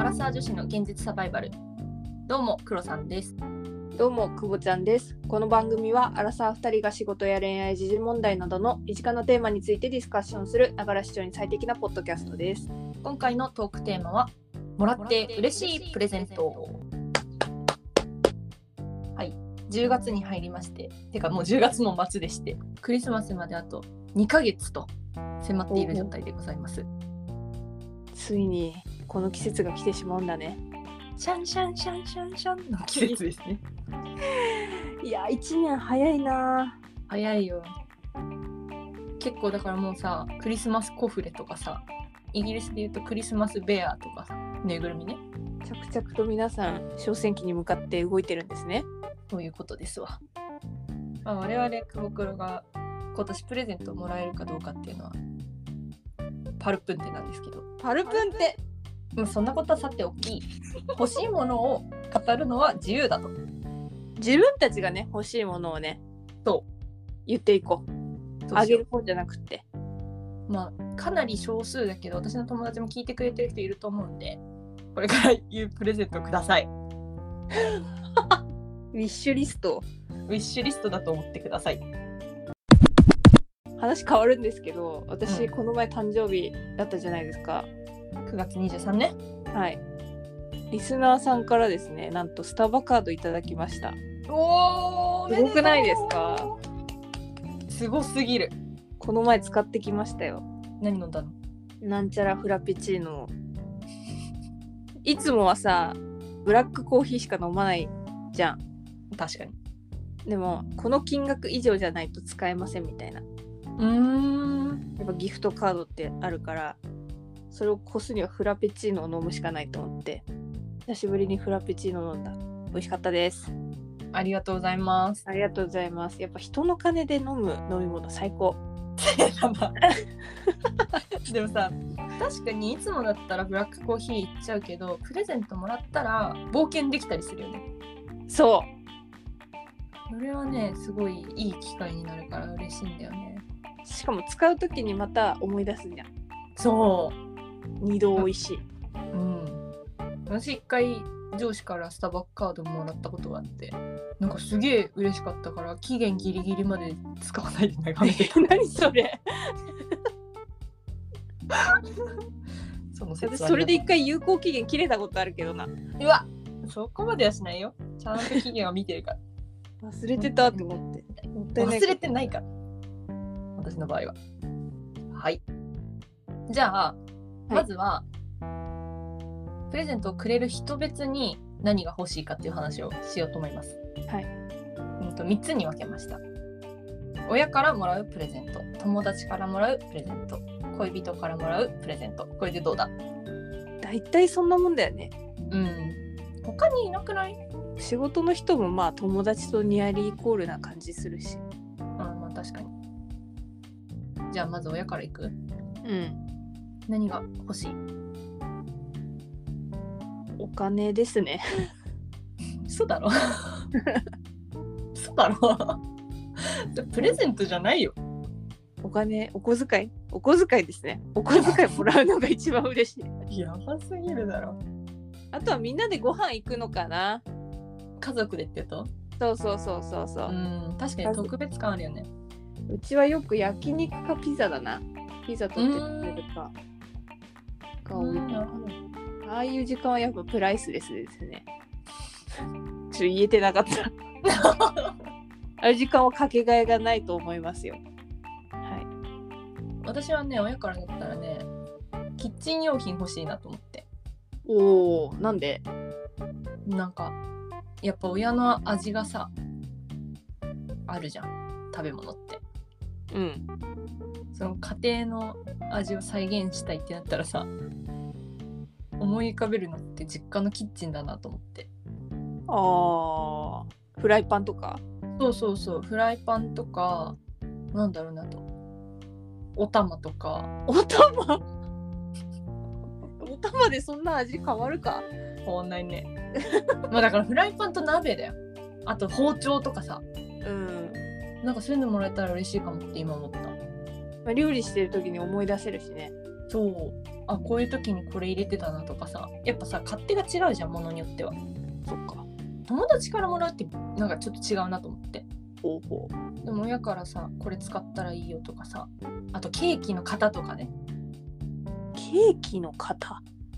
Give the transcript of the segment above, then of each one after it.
アラサー女子の現実サバイバル。どうも黒さんです。 どうもくぼちゃんです。この番組はアラサー2人が仕事や恋愛時事問題などの身近なテーマについてディスカッションするながら視聴に最適なポッドキャストです。 今回のトークテーマはもらって嬉しいプレゼント。はい、10月に入りまして、てかもう10月も末でして、クリスマスまであと2ヶ月と迫っている状態でございます。 ついにこの季節が来てしまうんだね。 シャンシャンシャンシャンシャンの季節ですね。 いや1年早いな。 早いよ。結構だからもうさ、クリスマスコフレとかさ、イギリスで言うとクリスマスベアとかさ、ぬいぐるみね。 着々と皆さん小選挙に向かって動いてるんですね。 そういうことですわ。まあ、我々クボクロが今年プレゼントをもらえるかどうかっていうのはパルプンテなんですけど。 パルプンテ。 そんなことはさておき、欲しいものを語るのは自由だと。 自分たちがね欲しいものをね、 そう言っていこう。あげる方じゃなくて。 まあかなり少数だけど、私の友達も聞いてくれてる人いると思うんで、これから言うプレゼントください。 ウィッシュリスト。 ウィッシュリストだと思ってください。 話変わるんですけど、私この前誕生日だったじゃないですか。 9月23ね。 はい。リスナーさんからですね、なんとスタバカードいただきました。 おー、 すごくないですか？ すごすぎる。 この前使ってきましたよ。 何飲んだの？ なんちゃらフラペチーノ。いつもはさ、ブラックコーヒーしか飲まないじゃん。 確かに。 でもこの金額以上じゃないと使えませんみたいな。やっぱギフトカードってあるから、それを越すにはフラペチーノを飲むしかないと思って、久しぶりにフラペチーノ飲んだ。美味しかったです。 ありがとうございます。 ありがとうございます。やっぱ人の金で飲む飲み物最高。 でもさ、確かにいつもだったらブラックコーヒーいっちゃうけど、プレゼントもらったら冒険できたりするよね。 そう。 それはね、すごいいい機会になるから嬉しいんだよね。 しかも使うときにまた思い出すじゃん。 そう。 二度美味しい。 うん。私一回上司からスタバカードもらったことがあって、なんかすげえ嬉しかったから期限ギリギリまで使わないで眺めてた。 何それ。 私それで一回有効期限切れたことあるけどな。 うわ、そこまではしないよ。ちゃんと期限は見てるから。 忘れてたって思って。 忘れてないから。私の場合は。はい。じゃあ、まずは、プレゼントをくれる人別に何が欲しいかっていう話をしようと思います。 はい。 3つに分けました。親からもらうプレゼント、友達からもらうプレゼント、恋人からもらうプレゼント。これでどうだ？ だいたいそんなもんだよね。 うん。他にいなくない？ 仕事の人もまあ友達とニアリーイコールな感じするし。 まあ確かに。じゃあまず親からいく？ うん。 何が欲しい？ お金ですね。 嘘だろ？嘘だろ？プレゼントじゃないよ。 お金、お小遣いですね。お小遣いもらうのが一番嬉しい。 やばすぎるだろ。 あとはみんなでご飯行くのかな。 家族でってこと？ そう。 確かに特別感あるよね。 うちはよく焼肉かピザだな。ピザ取って食べるかが多いな。ああいう時間はやっぱプライスレスですね。言えてなかった。ああいう時間はかけがえがないと思いますよ。はい。 私はね、親からだったらね、キッチン用品欲しいなと思って。 おー、なんで？ なんかやっぱ親の味がさあるじゃん、食べ物って。 うん。 その家庭の味を再現したいってなったらさ、思い浮かべるのって実家のキッチンだなと思って。 フライパンとか？ そう、フライパンとか、なんだろうなと、お玉とか。 お玉でそんな味変わるか？ 変わんないね。まあだからフライパンと鍋だよ。あと包丁とかさ。 うん。 なんかそういうのもらえたら嬉しいかもって今思った。 まあ、料理してる時に思い出せるしね。 そう。 あこういう時にこれ入れてたなとかさ、やっぱさ勝手が違うじゃん、ものによっては。 そっか。 友達からもらうってなんかちょっと違うなと思って。 ほうほでも親からさこれ使ったらいいよとかさ、あとケーキの型とかね。 ケーキの型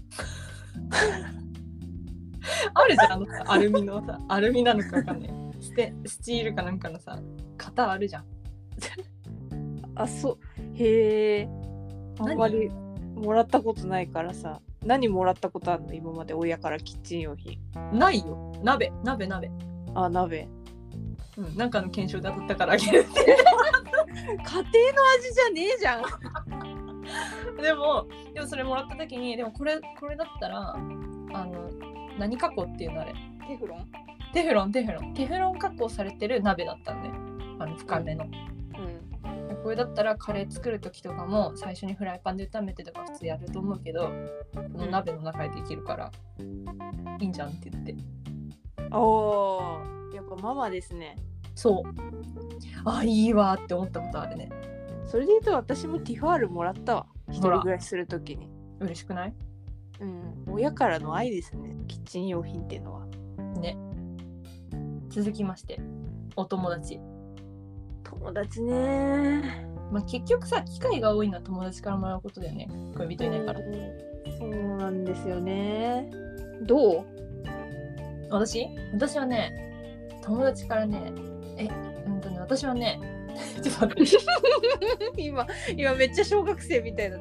あるじゃん、アルミのさ、アルミなのかわかんない、スチールかなんかのさ型あるじゃん。 あ、そうへえ。あんまりもらったことないからさ。何もらったことあるの今まで、親からキッチン用品。 ないよ。鍋。 あ、鍋。 うん、なんかの検証で当たったからあげるって家庭の味じゃねえじゃん。 でもそれもらった時に、でもこれだったら何加工っていうのあれ、 テフロンテフロン加工されてる鍋だったんで、深めの、これだったらカレー作る時とかも最初にフライパンで炒めてとか普通やると思うけど、この鍋の中でできるからいいんじゃんって言って。 おー、やっぱママですね。 そう、あ、いいわって思ったことあるね。 それで言うと私もティファールもらったわ、一人暮らしするときに。 嬉しくない？ うん、親からの愛ですね、キッチン用品っていうのはね。続きまして、お友達ね。 まあ、結局さ、機会が多いのは友達からもらうことだよね、恋人いないから。 そうなんですよね。どう？ 私はね、友達からね、私はねちょっと待って今めっちゃ小学生みたいだった。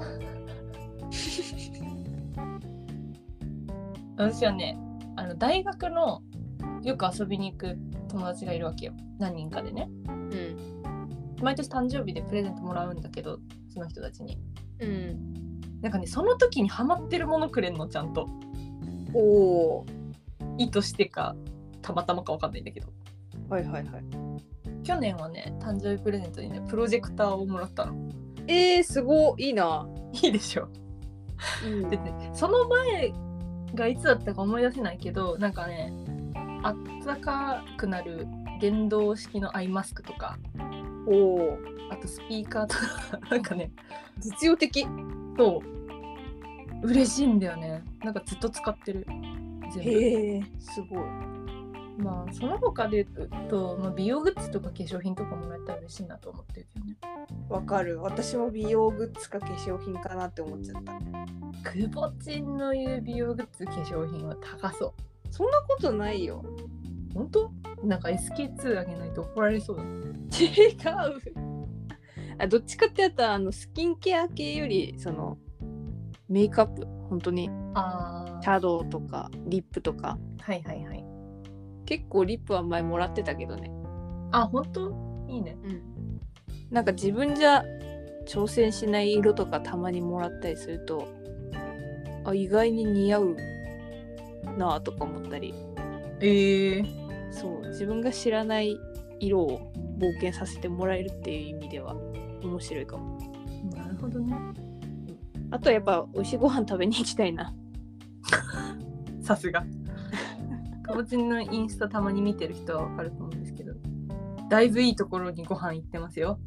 私はね、大学のよく遊びに行く友達がいるわけよ、何人かでね。毎年誕生日でプレゼントもらうんだけど、その人たちに。なんかね、その時にハマってるものくれんの、ちゃんと。 おー。 意図してかたまたまか分かんないんだけど。 はいはいはい。 去年はね、誕生日プレゼントにね、プロジェクターをもらったの。 すごいいいな。 いいでしょ。でね、その前がいつだったか思い出せないけど、なんかね、あったかくなる電動式のアイマスクとか、あとスピーカーとかなんかね、 実用的。 そう嬉しいんだよね。なんかずっと使ってる。全部。 へえ、すごい。 まあその他で言うと、美容グッズとか化粧品とかもらえたら嬉しいなと思ってるけどね。 わかる。私も美容グッズか化粧品かなって思っちゃった。 クボチンの言う美容グッズ化粧品は高そう。 そんなことないよ。 本当？なんか SK2 あげないと怒られそうだ。 違う。どっちかってやったらスキンケア系よりそのメイクアップ、本当にシャドウとかリップとか。 はいはいはい。 結構リップは前もらってたけどね。 あ、本当？いいね。 なんか自分じゃ挑戦しない色とかたまにもらったりすると、意外に似合うなとか思ったり。そう、自分が知らない色を冒険させてもらえるっていう意味では面白いかも。 なるほどね。 あとはやっぱ美味しいご飯食べに行きたいな。 さすが。かぼちんのインスタたまに見てる人はわかると思うんですけど、だいぶいいところにご飯行ってますよ。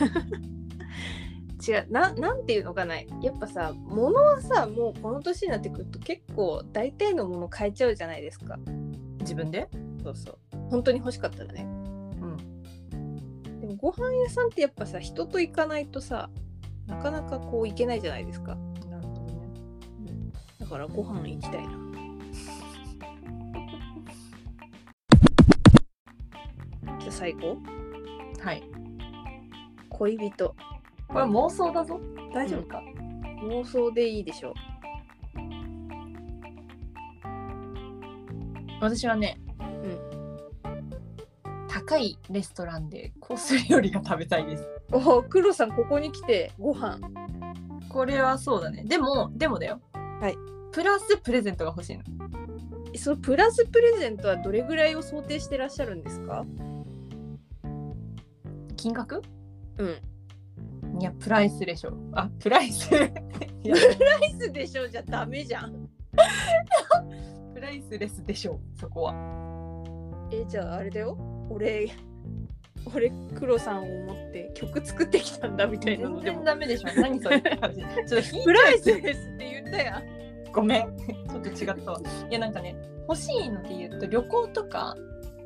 違う、なんていうのかな、やっぱさ、物はさ、もうこの年になってくると結構大体のもの買えちゃうじゃないですか。 自分で？ そうそう、本当に欲しかったらね。でもご飯屋さんってやっぱさ、人と行かないとさ、なかなかこう行けないじゃないですか。 なるほどね。 だからご飯行きたいな。じゃあ最後。 はい。 恋人。 これ妄想だぞ。大丈夫か？ 妄想でいいでしょう。 私はね、高いレストランでコース料理が食べたいです。 黒さんここに来てご飯。 これはそうだね。でもだよ。 はい。 プラスプレゼントが欲しいの。 そのプラスプレゼントはどれぐらいを想定してらっしゃるんですか？ 金額？ うん。 いや、プライスでしょ。あ、プライス。 プライスでしょじゃダメじゃん。 プライスレスでしょ、そこは。 じゃああれだよ。俺俺黒さんを思って曲作ってきたんだみたいなのでも全然ダメでしょ。何それって感じ。ちょっと引いプライスレスって言ったやん。 ごめん。ちょっと違ったわ。いやなんかね、欲しいので言うと旅行とか。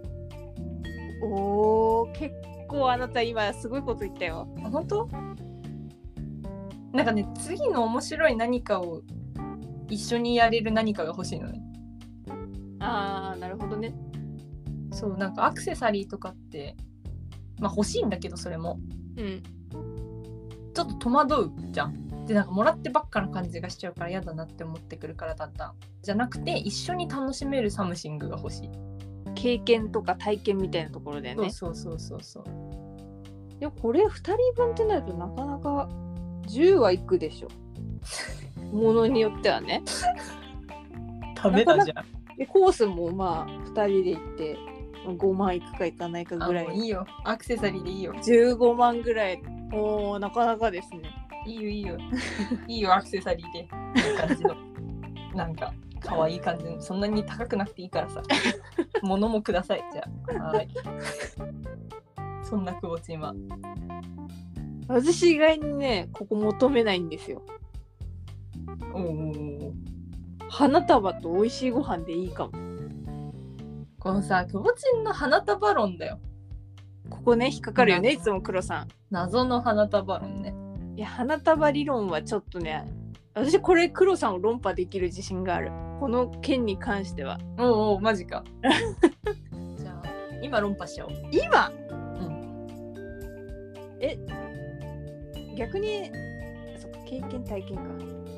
おー、結構あなた今すごいこと言ったよ。 あ、本当？なんかね、次の面白い何かを一緒にやれる何かが欲しいのね。 あー、なるほどね。 そう、なんかアクセサリーとかってまあ欲しいんだけど、それもうん。 ちょっと戸惑うじゃん。でなんかもらってばっかな感じがしちゃうから嫌だなって思ってくるから、だんだんじゃなくて一緒に楽しめるサムシングが欲しい。 経験とか体験みたいなところでね。 そうそうそうそうそう。 でもこれ2人分ってなるとなかなか10はいくでしょ。ものによってはね。 ダメだじゃん。 でコースもまあ2人で行って5万いくかいかないかぐらい。 もういいよ、アクセサリーでいいよ。 15万ぐらい。おー、なかなかですね。 いいよいいよいいよ、アクセサリーでいい感じのなんか可愛い感じの、そんなに高くなくていいからさ物もください。じゃあはいそんな久保ちんは。 私意外にねここ求めないんですよ。 おお、 花束と美味しいご飯でいいかも。 このさ、久保ちんの花束論だよ。 ここね引っかかるよね、いつも黒さん。 謎の花束論ね。 いや花束理論はちょっとね、私これ黒さんを論破できる自信がある、この件に関しては。 おお、マジかじゃあ今論破しちゃおう。 今、 うん、 逆にそっか、経験体験か、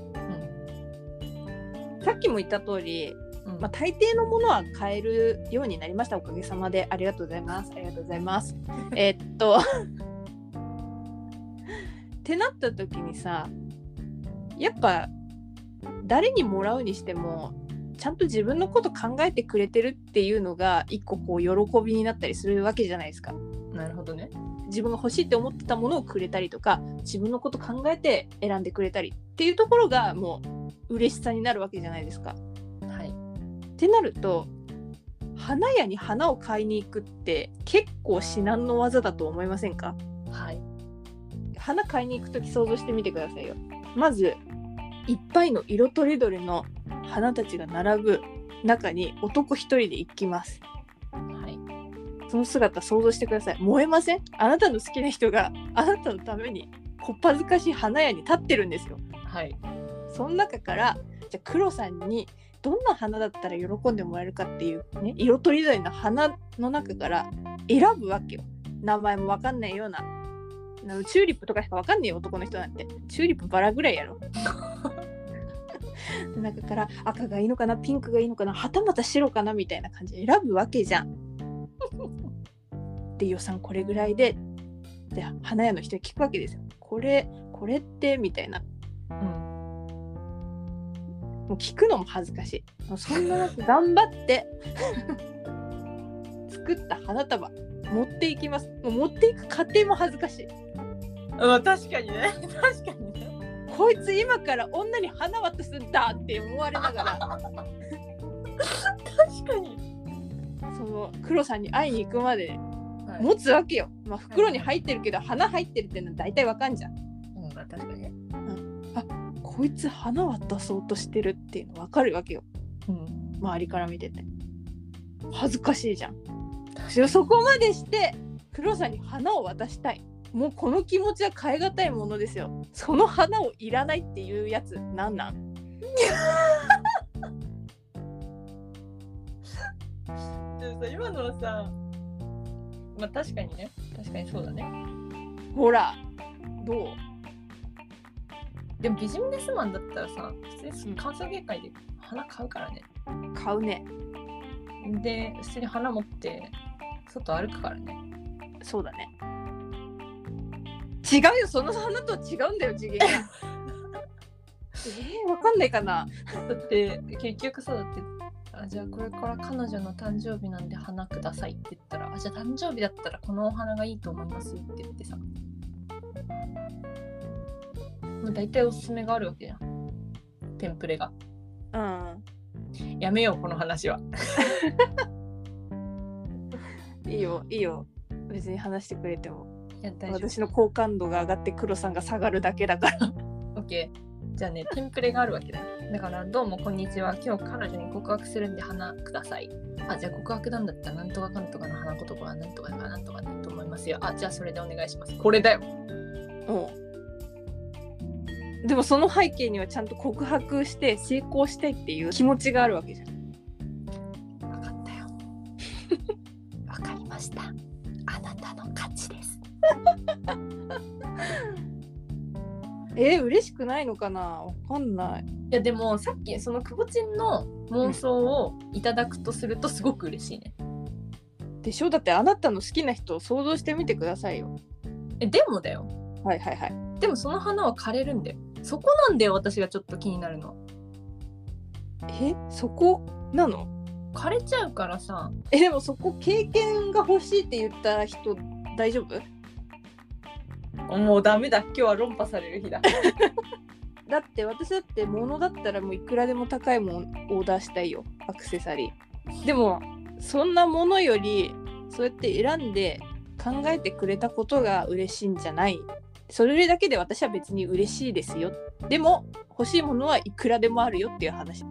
うん、 さっきも言った通り、 うん、 まあ、大抵のものは買えるようになりました。おかげさまで。ありがとうございます。ありがとうございますってなった時にさ、やっぱ誰にもらうにしてもちゃんと自分のこと考えてくれてるっていうのが一個こう喜びになったりするわけじゃないですか。 なるほどね。 自分が欲しいって思ってたものをくれたりとか、自分のこと考えて選んでくれたりっていうところがもう嬉しさになるわけじゃないですか。 はい。 ってなると、花屋に花を買いに行くって結構至難の業だと思いませんか？ はい。 花買いに行くとき想像してみてくださいよ。まずいっぱいの色とりどりの花たちが並ぶ中に男一人で行きます。 はい。 その姿想像してください。燃えません？あなたの好きな人があなたのためにこっぱずかしい花屋に立ってるんですよ。 はい。 その中からじゃあ黒さんにどんな花だったら喜んでもらえるかっていうね、色とりどりの花の中から選ぶわけよ。名前もわかんないような、チューリップとかしかわかんねえよ男の人なんて。チューリップバラぐらいやろ中から赤がいいのかな、ピンクがいいのかな、はたまた白かなみたいな感じで選ぶわけじゃんで予算これぐらいで花屋の人に聞くわけですよ。これってみたいな。 うん、 もう聞くのも恥ずかしい。そんな中頑張って作った花束持っていきます。もう持っていく過程も恥ずかしい。 確かにね確かにね。 こいつ今から女に花渡すんだって思われながら確かにその黒さんに会いに行くまではい持つわけよ。まあ袋に入ってるけど花入ってるってのは大体わかんじゃん。 うん、確かにね。 あ、こいつ花渡そうとしてるっていうのわかるわけよ。 うん、 周りから見てて恥ずかしいじゃん。そこまでして黒さんに花を渡したい。もうこの気持ちは変え難いものですよ。その花をいらないっていうやつなんなん？ でもさ、今のはさ、まあ確かにね、確かにそうだね。 ほらどう？ でもビジネスマンだったらさ、普通に歓送迎会で花買うからね。 買うね。 で、普通に花持って外歩くからね。 そうだね。違うよ、その花とは違うんだよ、次元が。わかんないかな。 だって結局さ、だってじゃあこれから彼女の誕生日なんで花くださいって言ったら、じゃあ誕生日だったらこのお花がいいと思いますって言ってさ、もう大体おすすめがあるわけじゃん、テンプレが。 うん。 やめようこの話は。 いいよいいよ。 別に話してくれても。 いや大丈夫。 私の好感度が上がって黒さんが下がるだけだから。 OK。じゃあね、テンプレがあるわけだよ。だからどうもこんにちは。今日彼女に告白するんで花ください。あ、じゃあ告白なんだったらなんとかかんとかの花言葉はなんとかなんとかだと思いますよ。あ、じゃあそれでお願いします。これだよ。 でもその背景にはちゃんと告白して成功したいっていう気持ちがあるわけじゃん。 分かったよ。分かりました。あなたの勝ちです。 嬉しくないのかな、わかんない。 いやでもさっきそのくぼちんの妄想をいただくとするとすごく嬉しいね。 でしょ。だってあなたの好きな人を想像してみてくださいよ。 でもだよ。 はいはいはい。 でもその花は枯れるんだよ。そこなんだよ、私がちょっと気になるの。 そこなの？ 枯れちゃうからさ。 でもそこ経験が欲しいって言った人大丈夫？ もうダメだ、今日は論破される日だ。 だって私だって物だったらもういくらでも高いもんオーダーしたいよ、アクセサリー。でもそんなものよりそうやって選んで考えてくれたことが嬉しいんじゃない。それだけで私は別に嬉しいですよ。でも欲しいものはいくらでもあるよっていう話。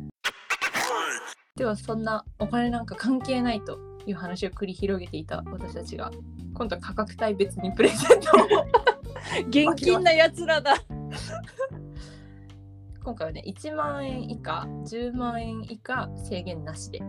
ではそんなお金なんか関係ないという話を繰り広げていた私たちが今度は価格帯別にプレゼントを現金なやつらだ。 今回はね、1万円以下10万円以下制限なしで。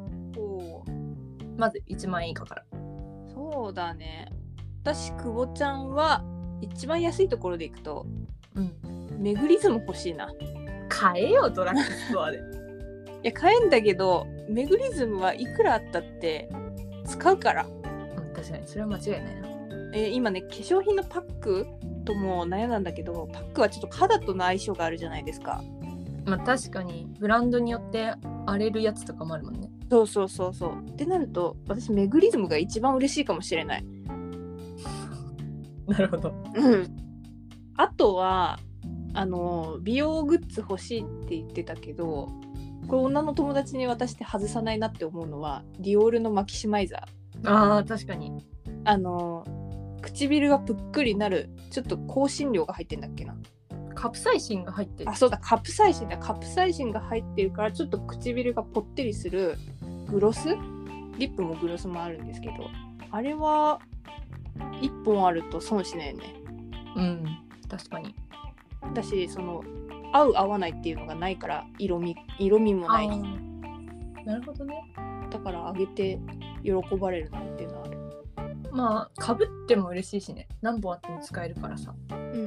まず1万円以下から。 そうだね。私久保ちゃんは一番安いところでいくと、メグリズム欲しいな。 買えよ、ドラッグストアで。 いや買えんだけどメグリズムはいくらあったって使うから。 確かにそれは間違いないな。 今ね化粧品のパックとも悩んだんだけど、パックはちょっと肌との相性があるじゃないですか。 まあ確かにブランドによって荒れるやつとかもあるもんね。 そうってなると私メグリズムが一番嬉しいかもしれない。 なるほど。 あとは美容グッズ欲しいって言ってたけど、これ女の友達に渡して外さないなって思うのはディオールのマキシマイザー。確かに唇がぷっくりなるちょっと香辛料が入ってんだっけな。 カプサイシンが入ってる。 そうだ、カプサイシンが入ってるからちょっと唇がぽってりするグロス、リップもグロスもあるんですけど、あれは1本あると損しないよね。 確かに。 だしその合う合わないっていうのがないから色味もない。 なるほどね。 だからあげて喜ばれるなっていうのはある。 まあかぶっても嬉しいしね、何本あっても使えるからさ。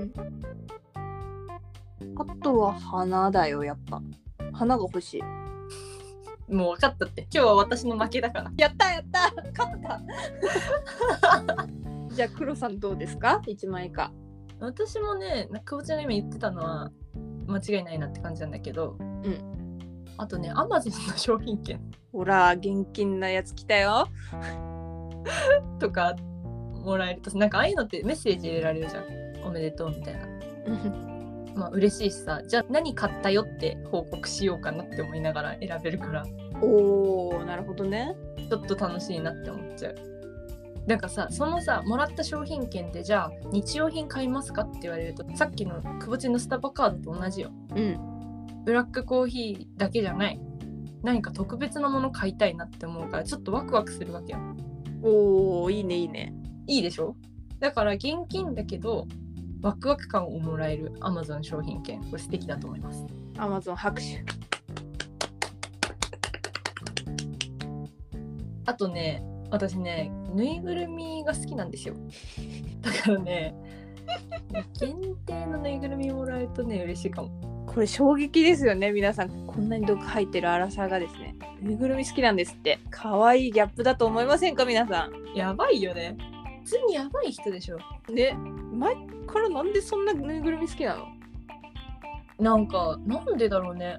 あとは花だよ。やっぱ花が欲しい。 もう分かったって、今日は私の負けだから。 やった勝ったじゃあ黒さんどうですか？1万円以下。 私もね、久保ちゃんが今言ってたのは間違いないなって感じなんだけど、あとね、Amazon の商品券、 ほら現金なやつ来たよとかもらえると、なんかああいうのってメッセージ入れられるじゃん、おめでとうみたいな。まあ嬉しいしさ、じゃあ何買ったよって報告しようかなって思いながら選べるから、 なるほどね。 ちょっと楽しいなって思っちゃう。なんかさ、そのさ、もらった商品券でじゃあ日用品買いますかって言われると、さっきのくぼちのスタバカードと同じよ。ブラックコーヒーだけじゃない、何か特別なもの買いたいなって思うから、ちょっとワクワクするわけよ。 いいね。 いいでしょ。だから現金だけどワクワク感をもらえる Amazon 商品券、これ素敵だと思います。 Amazon 拍手。 あとね、私ね、ぬいぐるみが好きなんですよ。だからね、限定のぬいぐるみもらえるとね、嬉しいかも。 これ衝撃ですよね、皆さん。こんなに毒入ってるアラサーがですね、ぬいぐるみ好きなんですって。可愛いギャップだと思いませんか、皆さん。 やばいよね。普通にやばい人でしょ。 ね、前からなんでそんなぬいぐるみ好きなの？ なんでだろうね。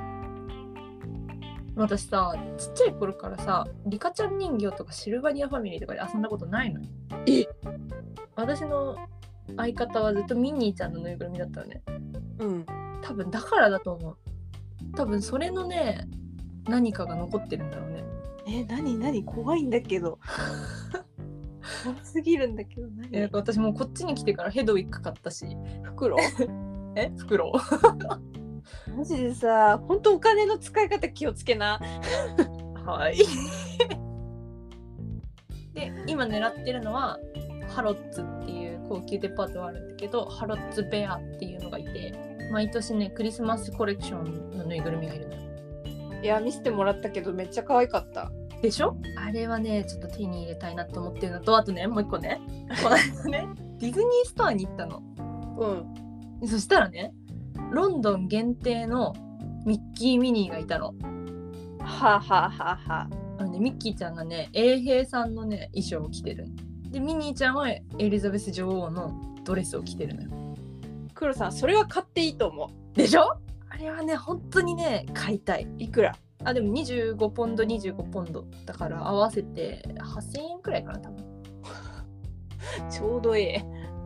私さ、ちっちゃい頃からさ、リカちゃん人形とかシルバニアファミリーとかで遊んだことないのよ。私の相方はずっとミニーちゃんのぬいぐるみだったのね。多分だからだと思う。多分それのね、何かが残ってるんだろうね。 何怖いんだけど。 怖すぎるんだけど何？ 私もうこっちに来てからヘドウィッグ買ったし。 袋袋マジでさ、ほんとお金の使い方気をつけな。 はいで今狙ってるのはハロッツっていう高級デパートがあるんだけど、ハロッツベアっていうのがいて、毎年ねクリスマスコレクションのぬいぐるみがいるのよ。 いや見せてもらったけどめっちゃ可愛かった。 でしょ？あれはねちょっと手に入れたいなと思ってるのと、あとねもう一個ねこの間ねディズニーストアに行ったの。そしたらねロンドン限定のミッキーミニーがいたの。 はあ、はあはあはあ、 ミッキーちゃんがね衛兵さんのね衣装を着てる。でミニーちゃんはエリザベス女王のドレスを着てるのよ。 黒さんそれは買っていいと思うでしょ？あれはね本当にね買いたい。 いくら？ でも25ポンド25ポンドだから合わせて8000円くらいかな多分ちょうどいい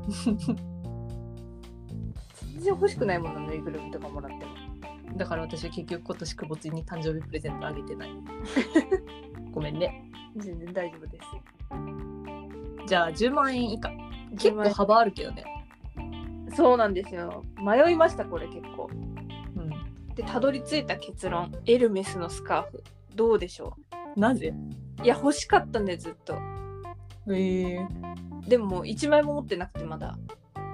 全然欲しくないものぬいぐるみとかもらっても。 だから私は結局今年くぼつに誕生日プレゼントあげてないごめんね。 全然大丈夫です。 じゃあ10万円以下。結構幅あるけどね。 そうなんですよ、迷いましたこれ結構。でたどり着いた結論、エルメスのスカーフどうでしょう？なぜ？ いや欲しかったんでずっと。でも1枚も持ってなくてまだ。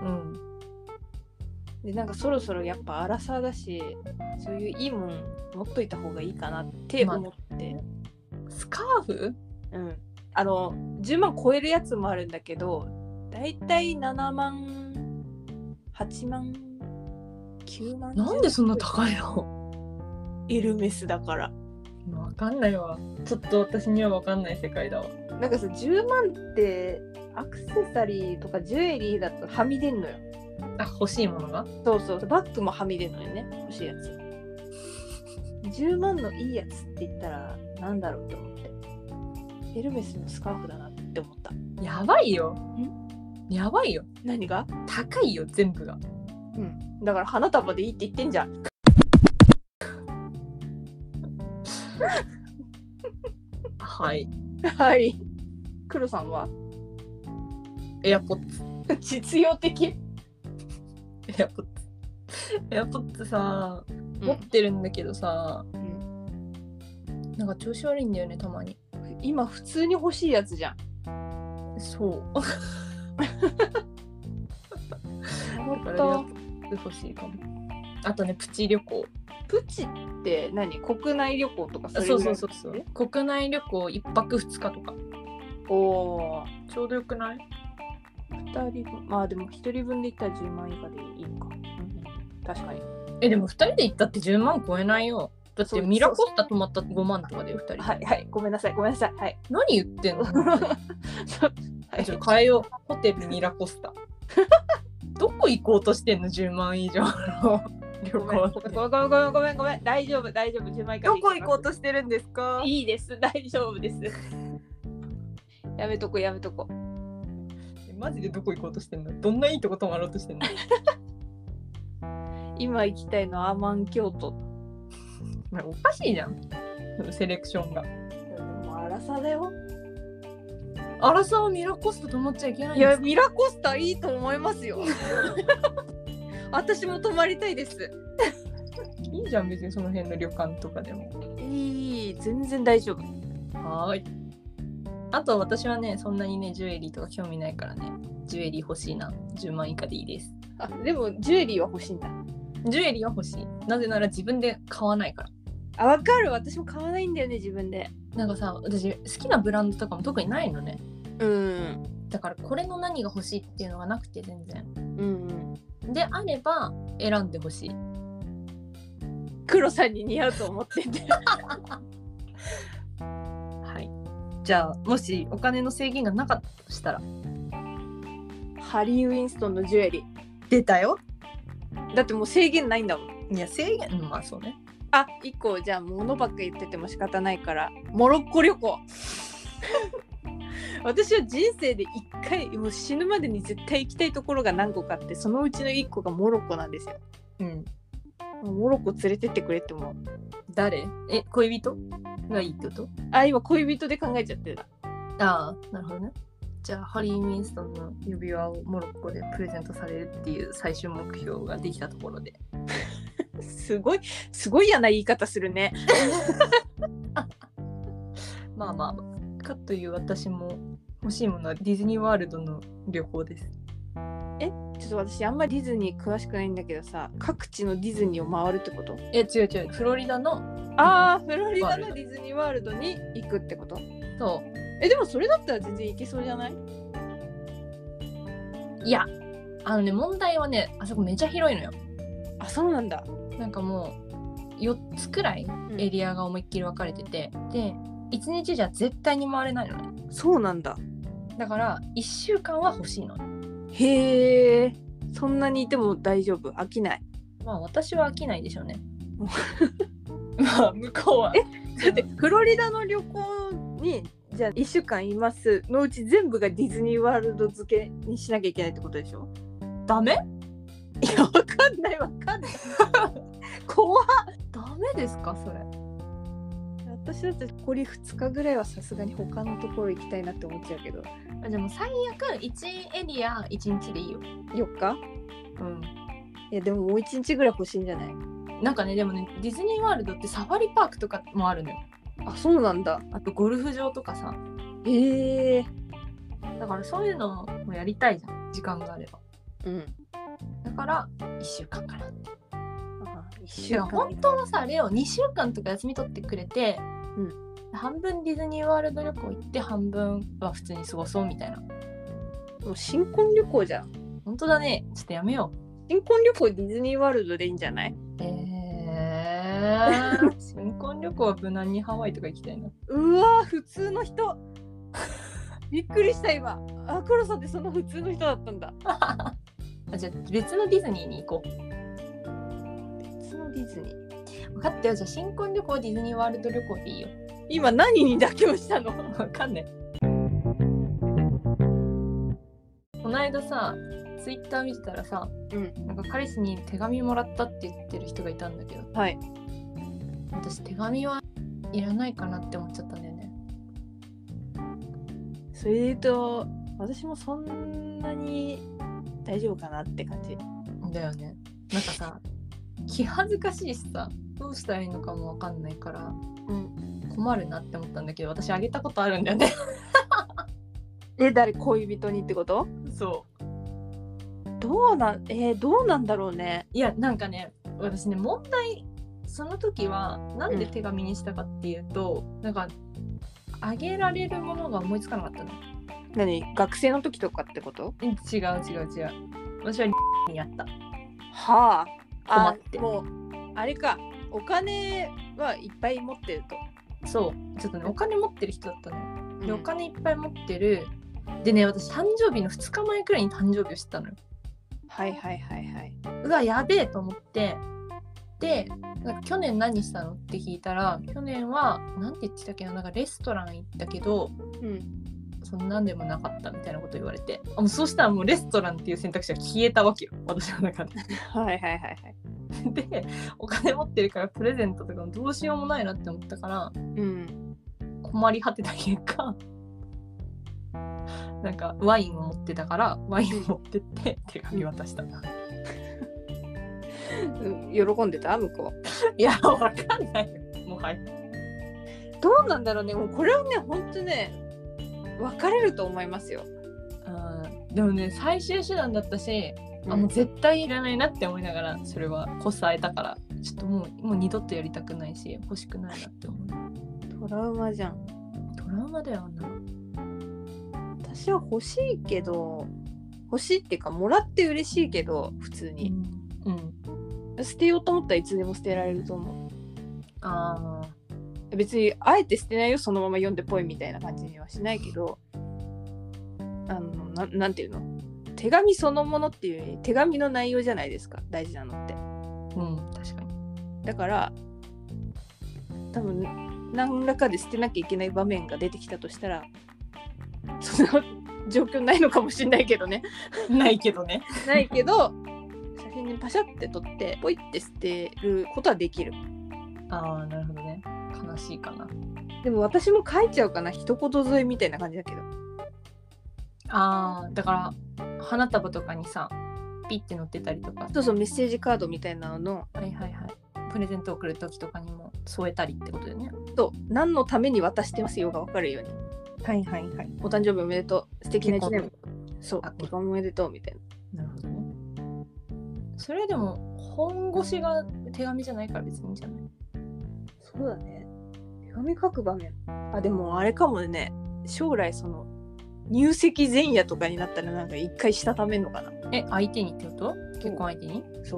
でなんかそろそろやっぱアラサーだし、そういういいもん持っといた方がいいかなって思って、 スカーフ ？10万超えるやつもあるんだけど、だいたい7万8万9万。 なんでそんな高いの？ エルメスだから。 わかんないわ。ちょっと私にはわかんない世界だわ。 なんかさ10万ってアクセサリーとかジュエリーだとはみ出んのよ。 欲しいものが？ そうそう、バッグもはみ出んのよね、欲しいやつ。10万のいいやつって言ったらなんだろうと思って、エルメスのスカーフだなって思った。 やばいよ。やばいよ。 何が？ 高いよ全部が。 だから花束でいいって言ってんじゃんはいはい黒さんは？ エアポッツ実用的。 エアポッツさ、持ってるんだけどさ、なんか調子悪いんだよねたまに。 今普通に欲しいやつじゃん。 そうだからエアポッツ欲しいかも。あとねプチ旅行。 プチって何？国内旅行とか？ そう国内旅行1泊2日とか。 おーちょうどよくない ？2人分。まあでも1人分で言ったら10万以下でいいのか。確かに。 でも2人で行ったって10万超えないよ。だってミラコスタ泊まった5万とかで2人で。 はいごめんなさいはい。 何言ってんのちょっと変えよう。ホテルミラコスタどこ行こうとしてんの10万以上の旅行。 ごめん大丈夫10万以下。 どこ行こうとしてるんですか？ いいです大丈夫ですやめとこマジでどこ行こうとしてんの？どんないいとこ泊まろうとしてんの？ 今行きたいのはアマン京都。 おかしいじゃんセレクションが。でもアラサだよ。 アラサはミラコスタ泊まっちゃいけないんですか？いやミラコスタいいと思いますよ私も泊まりたいです。 いいじゃん別にその辺の旅館とかでも。 いい全然大丈夫。 はい。あと私はねそんなにねジュエリーとか興味ないからね、ジュエリー欲しいな。10万以下でいいです。 でもジュエリーは欲しいんだ。 ジュエリーは欲しい。なぜなら自分で買わないから。 わかる。私も買わないんだよね自分で。 なんかさ私好きなブランドとかも特にないのね。だからこれの何が欲しいっていうのがなくて全然。であれば選んでほしい。 黒さんに似合うと思っててはい。じゃあもしお金の制限がなかったとしたらハリー・ウィンストンのジュエリー出たよ。 だってもう制限ないんだもん。 いや制限まあそうね。 1個じゃあ物ばっか言ってても仕方ないからモロッコ旅行私は人生で1回もう死ぬまでに絶対行きたいところが何個かあって、そのうちの1個がモロッコなんですよ。モロッコ連れてってくれっても。 誰？恋人がいいってこと？ 今恋人で考えちゃってる。 なるほどね。 じゃあハリー・ウィンストンの指輪をモロッコでプレゼントされるっていう最終目標ができたところで、 すごい嫌な言い方するね。 まあまあかという私も欲しいものはディズニーワールドの旅行です。 ちょっと私あんまりディズニー詳しくないんだけどさ、各地のディズニーを回るってこと？ 違うフロリダのフロリダのディズニーワールドに行くってこと？ そう。 でもそれだったら全然行けそうじゃない？ いや問題はね、あそこめちゃ広いのよ。 あ、そうなんだ。 なんかもう4つくらいエリアが思いっきり分かれてて、で1日じゃ絶対に回れないのね。 そうなんだ。 だから1週間は欲しいの。 へえ、そんなにいても大丈夫？飽きない？ まあ私は飽きないでしょうね。まあ向こうはだってフロリダの旅行にじゃあ1週間いますのうち全部がディズニーワールド付けにしなきゃいけないってことでしょ？ ダメ？ いや、わかんない怖っ。 ダメですかそれ？ 私だって残り2日ぐらいはさすがに他のところ行きたいなって思っちゃうけど。 じゃあもう最悪1エリア1日でいいよ。 4日？ うん。 いやでももう1日ぐらい欲しいんじゃない？ なんかね、でもね、ディズニーワールドってサファリパークとかもあるのよ。 あ、そうなんだ。 あとゴルフ場とかさ。 へえ。 だからそういうのもやりたいじゃん、時間があれば。 うん。 だから1週間かなって。 1週間。 本当はさ、レオ2週間とか休み取ってくれて、 うん、 半分ディズニーワールド旅行行って半分は普通に過ごそうみたいな。 もう新婚旅行じゃん。 本当だね。ちょっとやめよう。 新婚旅行ディズニーワールドでいいんじゃない？ 新婚旅行は無難にハワイとか行きたいな。 うわ、普通の人。びっくりした今。あ、黒さんってその普通の人だったんだ。 じゃあ別のディズニーに行こう。 別のディズニー。 分かったよ。じゃあ新婚旅行ディズニーワールド旅行でいいよ。 今何に妥協したの？ 分かんない。この間さ、ツイッター見てたらさ、なんか彼氏に手紙もらったって言ってる人がいたんだけど、 はい。 私手紙はいらないかなって思っちゃったんだよね。 それで言うと私もそんなに大丈夫かなって感じだよね。なんかさ、気恥ずかしいしさ、どうしたらいいのかも分かんないから、困るなって思ったんだけど、私あげたことあるんだよね。 誰？恋人にってこと？ そう。 どうなんだろうね。 いや、なんかね、私ね、問題その時はなんで手紙にしたかっていうと、なんかあげられるものが思いつかなかったの。 何？学生の時とかってこと？ 違う。私はにやった。 はあ。 困って。 もうあれか。お金はいっぱい持ってると。 そう。ちょっとね、お金持ってる人だったのよ。で、お金いっぱい持ってる。でね、私誕生日の2日前くらいに誕生日を知ったのよ。 はい。 うわ、やべえと思って。で、なんか去年何したのって聞いたら、去年はなんて言ってたっけな、なんかレストラン行ったけど、そんなんでもなかったみたいなこと言われて、もうそうしたらもうレストランっていう選択肢が消えたわけよ、私の中で。 はい。 で、お金持ってるからプレゼントとかもどうしようもないなって思ったから、困り果てた結果、なんかワインを持ってたからワインを持ってって手紙渡した。 喜んでた？向こう。 いや、わかんないよ。もうはい。 どうなんだろうね。もうこれはね、ほんとね、分かれると思いますよ。 でもね、最終手段だったし、もう絶対いらないなって思いながら、それはこさえたから、ちょっともう二度とやりたくないし、欲しくないなって思う。トラウマじゃん。 トラウマだよな。 私は欲しいけど、欲しいっていうかもらって嬉しいけど、普通に。捨てようと思ったらいつでも捨てられると思う。別にあえて捨てないよ、そのまま読んでぽいみたいな感じにはしないけど、なんていうの、手紙そのものっていうより手紙の内容じゃないですか、大事なのって。 確かに。 だから多分何らかで捨てなきゃいけない場面が出てきたとしたら、その状況ないのかもしれないけどね。 ないけど写真にパシャって撮ってポイって捨てることはできる。 なるほどね。悲しいかな。 でも私も書いちゃうかな、一言添えみたいな感じだけど。 だから花束とかにさピッて載ってたりとか、 そうそう、メッセージカードみたいなのの、 はいはいはい、プレゼントを送る時とかにも添えたりってことだよね。 そう、何のために渡してますよが分かるように。 はいはいはい。 お誕生日おめでとう、素敵な一年。そう、 あ結婚おめでとうみたいな。なるほどね。それでも本腰が手紙じゃないから別にいいんじゃない？ そうだね。手紙書く場面。でもあれかもね。将来その入籍前夜とかになったらなんか一回したためんのかな。 相手にってこと？結婚相手に？ そう。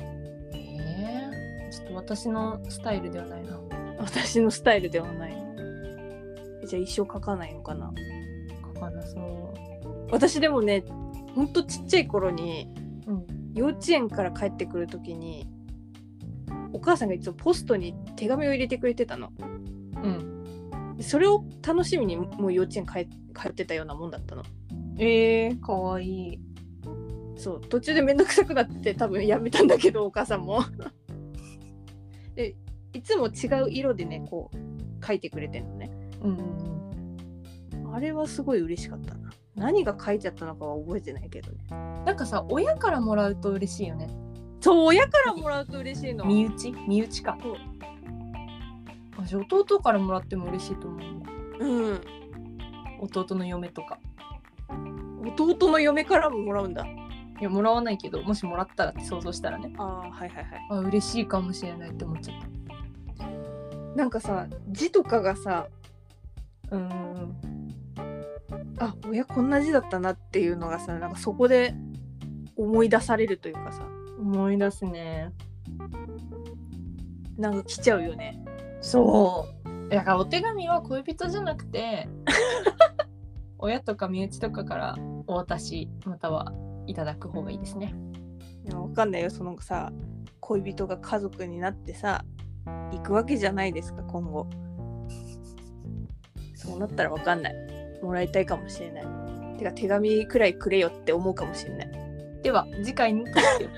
ちょっと私のスタイルではないな。 私のスタイルではない。じゃあ一生書かないのかな。 書かなそう。 私でもね、ほんとちっちゃい頃に、幼稚園から帰ってくるときにお母さんがいつもポストに手紙を入れてくれてたの。それを楽しみにもう幼稚園通ってたようなもんだったの。 かわいい。 そう、途中でめんどくさくなって多分やめたんだけど、お母さんもでいつも違う色でねこう書いてくれてんのね。あれはすごい嬉しかったな。何が書いてあったのかは覚えてないけどね。 なんかさ、親からもらうと嬉しいよね。 そう、親からもらうと嬉しいの。 身内か。私弟からもらっても嬉しいと思う。弟の嫁とか。 弟の嫁からももらうんだ。 いや、もらわないけど、もしもらったらって想像したらね。 はいはいはい。 嬉しいかもしれないって思っちゃった。 なんかさ、字とかがさ、親こんな字だったなっていうのがさ、なんかそこで思い出されるというかさ。 思い出すね。 なんか来ちゃうよね。 そう。だからお手紙は恋人じゃなくて親とか身内とかからお渡しまたはいただく方がいいですね。 いや、わかんないよ。そのさ、恋人が家族になってさ行くわけじゃないですか今後。そうなったらわかんない。もらいたいかもしれない。てか手紙くらいくれよって思うかもしれない。 では次回のトークテー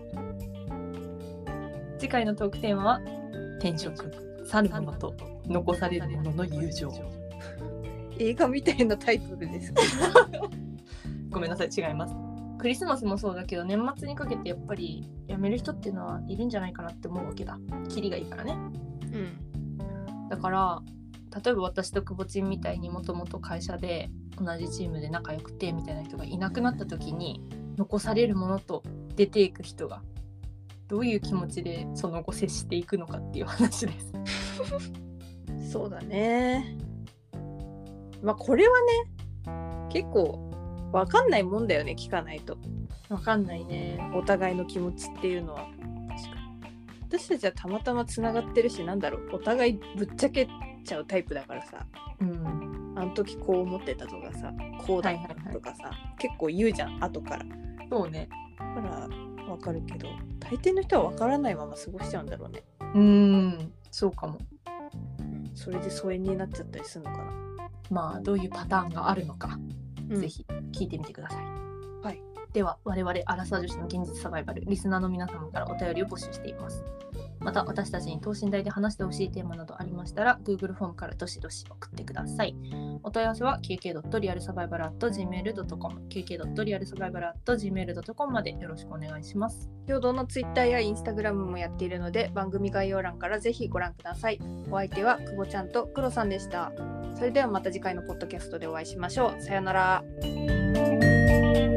マ次回のトークテーマは転職、去る者と残される者の友情。 映画みたいなタイトルですけどごめんなさい、違います。クリスマスもそうだけど年末にかけてやっぱり辞める人っていうのはいるんじゃないかなって思うわけだ。キリがいいからね。だから例えば私と久保ちんみたいにもともと会社で同じチームで仲良くてみたいな人がいなくなった時に残されるものと出ていく人がどういう気持ちでその後接していくのかっていう話ですそうだね。これはね結構分かんないもんだよね。聞かないと分かんないね、 お互いの気持ちっていうのは。確かに私たちはたまたまつながってるし、なんだろう、お互いぶっちゃけちゃうタイプだからさ、あの時こう思ってたとかさ、こうだったとかさ、結構言うじゃん後から。 そうね。 だから分かるけど大抵の人は分からないまま過ごしちゃうんだろうね。 そうかも。 それで疎遠になっちゃったりするのかな。 どういうパターンがあるのか、ぜひ聞いてみてください。では我々アラサー女子の現実サバイバル、リスナーの皆様からお便りを募集しています。また私たちに等身大で話してほしいテーマなどありましたら Google フォームからどしどし送ってください。お問い合わせは kk.realsurvival@gmail.com kk.realsurvival@gmail.com までよろしくお願いします。 共同の Twitter や Instagram もやっているので番組概要欄からぜひご覧ください。お相手は久保ちゃんとクロさんでした。それではまた次回のポッドキャストでお会いしましょう。さよなら。